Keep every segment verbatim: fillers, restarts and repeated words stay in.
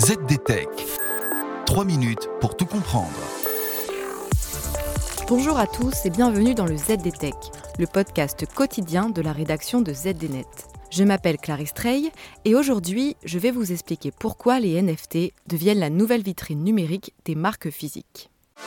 Z D Tech. trois minutes pour tout comprendre. Bonjour à tous et bienvenue dans le Z D Tech, le podcast quotidien de la rédaction de Z D Net. Je m'appelle Clarisse Treille et aujourd'hui, je vais vous expliquer pourquoi les N F T deviennent la nouvelle vitrine numérique des marques physiques.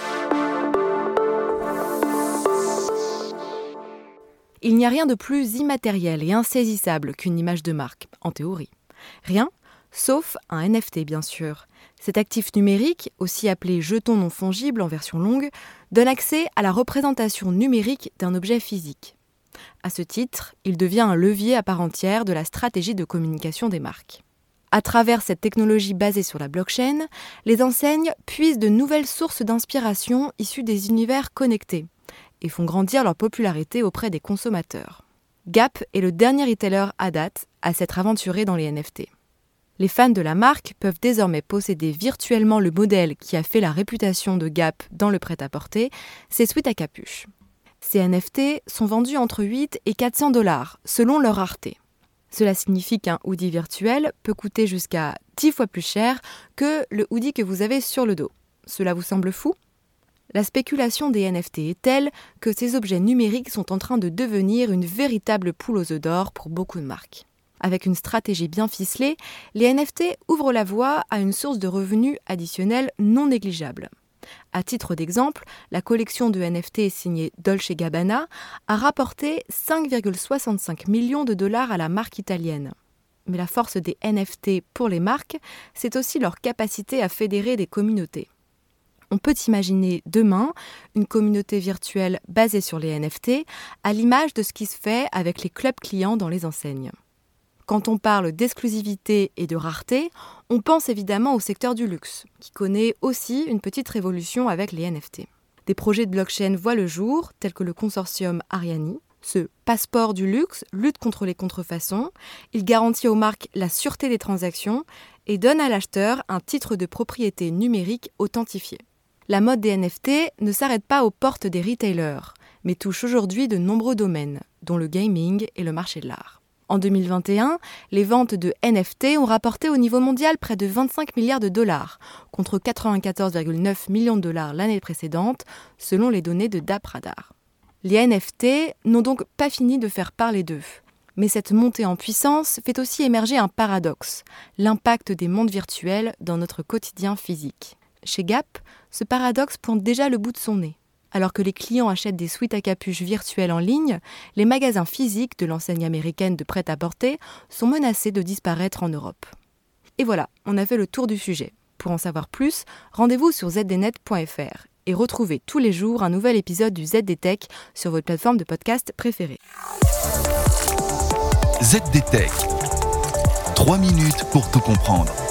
Il n'y a rien de plus immatériel et insaisissable qu'une image de marque, en théorie. Rien, sauf un N F T bien sûr. Cet actif numérique, aussi appelé jeton non fongible en version longue, donne accès à la représentation numérique d'un objet physique. À ce titre, il devient un levier à part entière de la stratégie de communication des marques. À travers cette technologie basée sur la blockchain, les enseignes puisent de nouvelles sources d'inspiration issues des univers connectés et font grandir leur popularité auprès des consommateurs. Gap est le dernier retailer à date à s'être aventuré dans les N F T. Les fans de la marque peuvent désormais posséder virtuellement le modèle qui a fait la réputation de Gap dans le prêt-à-porter, ses sweats à capuche. Ces N F T sont vendus entre huit et quatre cents dollars, selon leur rareté. Cela signifie qu'un hoodie virtuel peut coûter jusqu'à dix fois plus cher que le hoodie que vous avez sur le dos. Cela vous semble fou ? La spéculation des N F T est telle que ces objets numériques sont en train de devenir une véritable poule aux œufs d'or pour beaucoup de marques. Avec une stratégie bien ficelée, les N F T ouvrent la voie à une source de revenus additionnels non négligeable. À titre d'exemple, la collection de N F T signée Dolce et Gabbana a rapporté cinq virgule soixante-cinq millions de dollars à la marque italienne. Mais la force des N F T pour les marques, c'est aussi leur capacité à fédérer des communautés. On peut imaginer demain une communauté virtuelle basée sur les N F T, à l'image de ce qui se fait avec les clubs clients dans les enseignes. Quand on parle d'exclusivité et de rareté, on pense évidemment au secteur du luxe, qui connaît aussi une petite révolution avec les N F T. Des projets de blockchain voient le jour, tels que le consortium Ariani. Ce passeport du luxe lutte contre les contrefaçons, il garantit aux marques la sûreté des transactions et donne à l'acheteur un titre de propriété numérique authentifié. La mode des N F T ne s'arrête pas aux portes des retailers, mais touche aujourd'hui de nombreux domaines, dont le gaming et le marché de l'art. En deux mille vingt et un, les ventes de N F T ont rapporté au niveau mondial près de vingt-cinq milliards de dollars, contre quatre-vingt-quatorze virgule neuf millions de dollars l'année précédente, selon les données de DappRadar. Les N F T n'ont donc pas fini de faire parler d'eux. Mais cette montée en puissance fait aussi émerger un paradoxe, l'impact des mondes virtuels dans notre quotidien physique. Chez Gap, ce paradoxe pointe déjà le bout de son nez. Alors que les clients achètent des sweats à capuche virtuels en ligne, les magasins physiques de l'enseigne américaine de prêt-à-porter sont menacés de disparaître en Europe. Et voilà, on a fait le tour du sujet. Pour en savoir plus, rendez-vous sur z d net point f r et retrouvez tous les jours un nouvel épisode du Z D Tech sur votre plateforme de podcast préférée. Z D Tech. trois minutes pour tout comprendre.